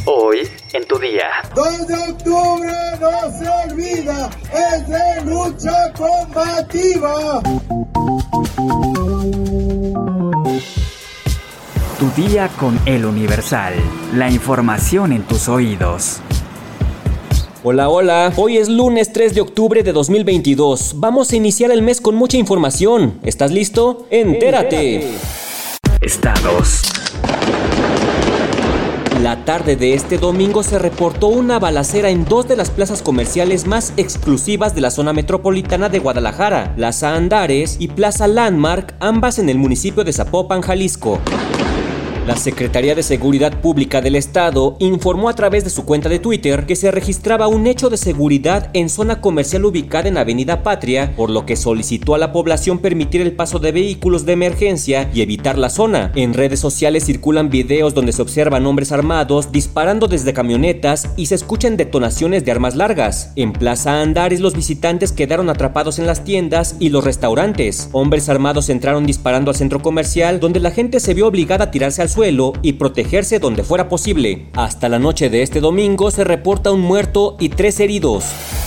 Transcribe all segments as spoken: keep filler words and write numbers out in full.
Hoy en tu día. dos de octubre no se olvida, es de lucha combativa. Tu día con El Universal. La información en tus oídos. Hola, hola. Hoy es lunes tres de octubre de dos mil veintidós. Vamos a iniciar el mes con mucha información. ¿Estás listo? ¡Entérate! Estados. La tarde de este domingo se reportó una balacera en dos de las plazas comerciales más exclusivas de la zona metropolitana de Guadalajara, Plaza Andares y Plaza Landmark, ambas en el municipio de Zapopan, Jalisco. La Secretaría de Seguridad Pública del Estado informó a través de su cuenta de Twitter que se registraba un hecho de seguridad en zona comercial ubicada en Avenida Patria, por lo que solicitó a la población permitir el paso de vehículos de emergencia y evitar la zona. En redes sociales circulan videos donde se observan hombres armados disparando desde camionetas y se escuchan detonaciones de armas largas. En Plaza Andares los visitantes quedaron atrapados en las tiendas y los restaurantes. Hombres armados entraron disparando al centro comercial, donde la gente se vio obligada a tirarse al suelo y protegerse donde fuera posible. Hasta la noche de este domingo se reporta un muerto y tres heridos.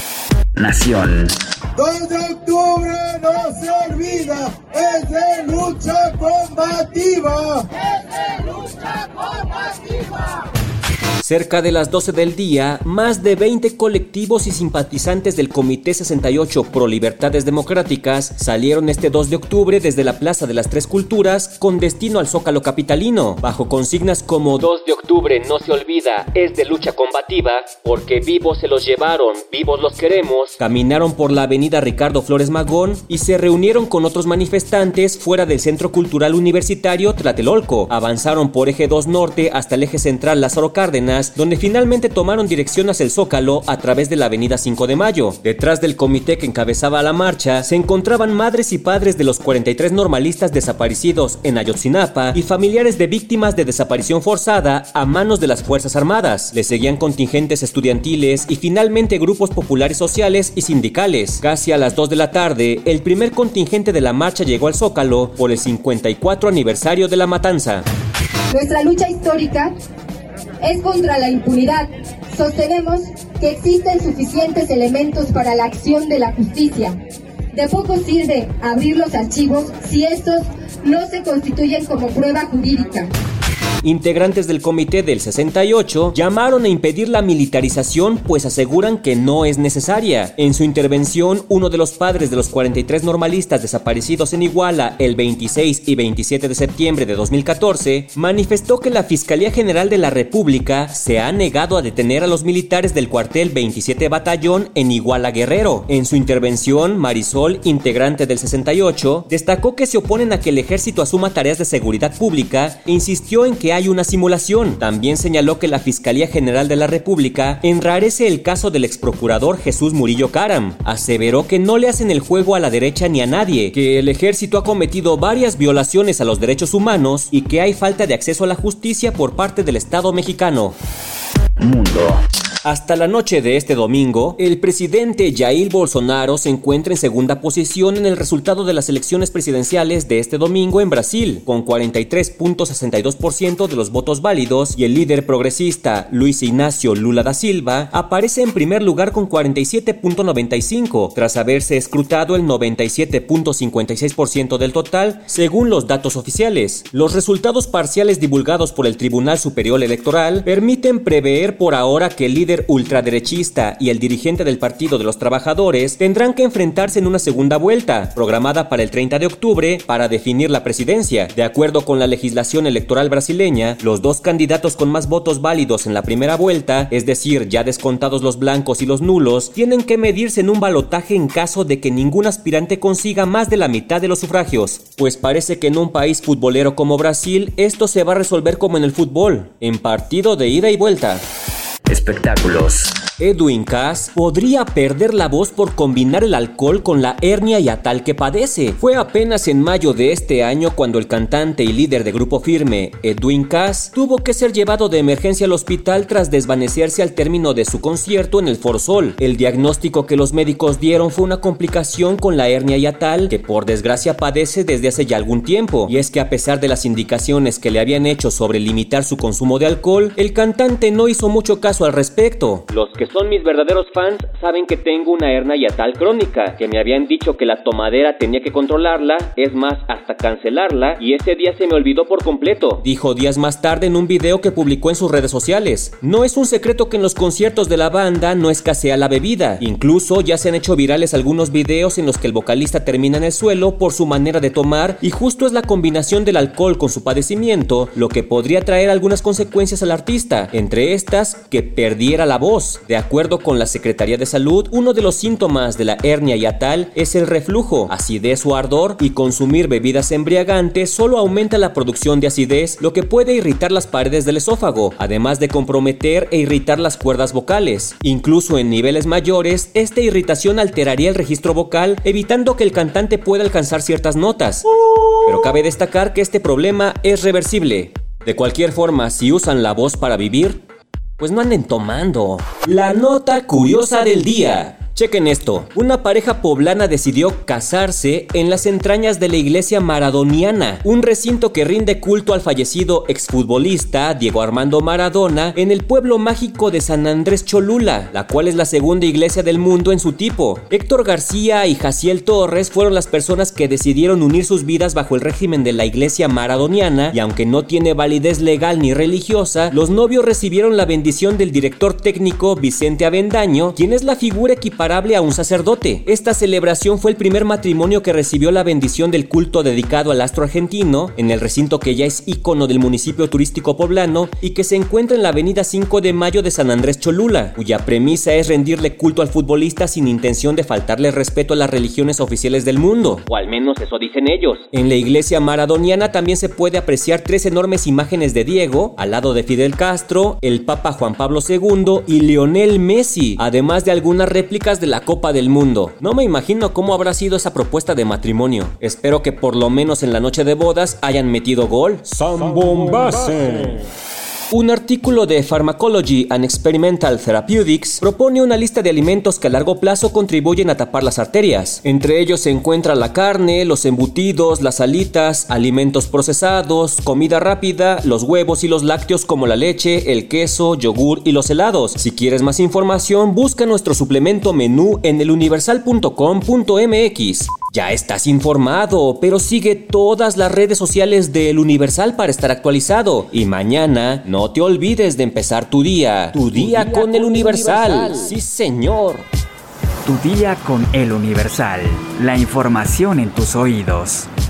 Nación. dos de octubre no se olvida, es de lucha combativa. Es de lucha combativa. Cerca de las doce del día, más de veinte colectivos y simpatizantes del Comité sesenta y ocho Pro Libertades Democráticas salieron este dos de octubre desde la Plaza de las Tres Culturas con destino al Zócalo capitalino, bajo consignas como dos de octubre no se olvida, es de lucha combativa, porque vivos se los llevaron, vivos los queremos. Caminaron por la avenida Ricardo Flores Magón y se reunieron con otros manifestantes fuera del Centro Cultural Universitario Tlatelolco. Avanzaron por Eje dos Norte hasta el Eje Central Lázaro Cárdenas, donde finalmente tomaron dirección hacia el Zócalo a través de la avenida cinco de mayo. Detrás del comité que encabezaba la marcha se encontraban madres y padres de los cuarenta y tres normalistas desaparecidos en Ayotzinapa y familiares de víctimas de desaparición forzada a manos de las Fuerzas Armadas. Le seguían contingentes estudiantiles y finalmente grupos populares sociales y sindicales. Casi a las dos de la tarde, el primer contingente de la marcha llegó al Zócalo por el cincuenta y cuatro aniversario de la matanza. Nuestra lucha histórica es contra la impunidad. Sostenemos que existen suficientes elementos para la acción de la justicia. De poco sirve abrir los archivos si estos no se constituyen como prueba jurídica. Integrantes del comité del sesenta y ocho llamaron a impedir la militarización, pues aseguran que no es necesaria. En su intervención, uno de los padres de los cuarenta y tres normalistas desaparecidos en Iguala el veintiséis y veintisiete de septiembre de dos mil catorce manifestó que la Fiscalía General de la República se ha negado a detener a los militares del cuartel veintisiete Batallón en Iguala Guerrero. En su intervención, Marisol, integrante del sesenta y ocho, destacó que se oponen a que el ejército asuma tareas de seguridad pública e insistió en que hay una simulación. También señaló que la Fiscalía General de la República enrarece el caso del exprocurador Jesús Murillo Caram. Aseveró que no le hacen el juego a la derecha ni a nadie, que el ejército ha cometido varias violaciones a los derechos humanos y que hay falta de acceso a la justicia por parte del Estado mexicano. Mundo. Hasta la noche de este domingo, el presidente Jair Bolsonaro se encuentra en segunda posición en el resultado de las elecciones presidenciales de este domingo en Brasil, con cuarenta y tres punto sesenta y dos por ciento de los votos válidos, y el líder progresista Luis Ignacio Lula da Silva aparece en primer lugar con cuarenta y siete punto noventa y cinco, tras haberse escrutado el noventa y siete punto cincuenta y seis por ciento del total, según los datos oficiales. Los resultados parciales divulgados por el Tribunal Superior Electoral permiten prever por ahora que el líder ultraderechista y el dirigente del Partido de los Trabajadores tendrán que enfrentarse en una segunda vuelta, programada para el treinta de octubre, para definir la presidencia. De acuerdo con la legislación electoral brasileña, los dos candidatos con más votos válidos en la primera vuelta, es decir, ya descontados los blancos y los nulos, tienen que medirse en un balotaje en caso de que ningún aspirante consiga más de la mitad de los sufragios. Pues parece que en un país futbolero como Brasil, esto se va a resolver como en el fútbol, en partido de ida y vuelta. Espectáculos. Edwin Cass podría perder la voz por combinar el alcohol con la hernia hiatal que padece. Fue apenas en mayo de este año cuando el cantante y líder de Grupo Firme, Edwin Cass, tuvo que ser llevado de emergencia al hospital tras desvanecerse al término de su concierto en el Foro Sol. El diagnóstico que los médicos dieron fue una complicación con la hernia hiatal que por desgracia padece desde hace ya algún tiempo, y es que a pesar de las indicaciones que le habían hecho sobre limitar su consumo de alcohol, el cantante no hizo mucho caso al respecto. Los que son mis verdaderos fans saben que tengo una hernia hiatal crónica, que me habían dicho que la tomadera tenía que controlarla, es más, hasta cancelarla, y ese día se me olvidó por completo, dijo días más tarde en un video que publicó en sus redes sociales. No es un secreto que en los conciertos de la banda no escasea la bebida, incluso ya se han hecho virales algunos videos en los que el vocalista termina en el suelo por su manera de tomar, y justo es la combinación del alcohol con su padecimiento lo que podría traer algunas consecuencias al artista, entre estas que perdiera la voz. De acuerdo con la Secretaría de Salud, uno de los síntomas de la hernia hiatal es el reflujo, acidez o ardor, y consumir bebidas embriagantes solo aumenta la producción de acidez, lo que puede irritar las paredes del esófago, además de comprometer e irritar las cuerdas vocales. Incluso en niveles mayores, esta irritación alteraría el registro vocal, evitando que el cantante pueda alcanzar ciertas notas. Pero cabe destacar que este problema es reversible. De cualquier forma, si usan la voz para vivir, pues no anden tomando. La nota curiosa del día. Chequen esto, una pareja poblana decidió casarse en las entrañas de la iglesia maradoniana, un recinto que rinde culto al fallecido exfutbolista Diego Armando Maradona en el pueblo mágico de San Andrés Cholula, la cual es la segunda iglesia del mundo en su tipo. Héctor García y Jaciel Torres fueron las personas que decidieron unir sus vidas bajo el régimen de la iglesia maradoniana, y aunque no tiene validez legal ni religiosa, los novios recibieron la bendición del director técnico Vicente Avendaño, quien es la figura equiparada a un sacerdote. Esta celebración fue el primer matrimonio que recibió la bendición del culto dedicado al astro argentino en el recinto que ya es ícono del municipio turístico poblano y que se encuentra en la avenida cinco de mayo de San Andrés Cholula, cuya premisa es rendirle culto al futbolista sin intención de faltarle respeto a las religiones oficiales del mundo, o al menos eso dicen ellos. En la iglesia maradoniana también se puede apreciar tres enormes imágenes de Diego, al lado de Fidel Castro, el Papa Juan Pablo segundo y Lionel Messi, además de algunas réplicas de la Copa del Mundo. No me imagino cómo habrá sido esa propuesta de matrimonio. Espero que por lo menos en la noche de bodas hayan metido gol. ¡Zambombase! Un artículo de Pharmacology and Experimental Therapeutics propone una lista de alimentos que a largo plazo contribuyen a tapar las arterias. Entre ellos se encuentra la carne, los embutidos, las alitas, alimentos procesados, comida rápida, los huevos y los lácteos como la leche, el queso, yogur y los helados. Si quieres más información, busca nuestro suplemento menú en el universal punto com punto m x. Ya estás informado, pero sigue todas las redes sociales de El Universal para estar actualizado. Y mañana no te olvides de empezar tu día. Tu, tu día, día con, con El Universal. Universal. Sí, señor. Tu día con El Universal. La información en tus oídos.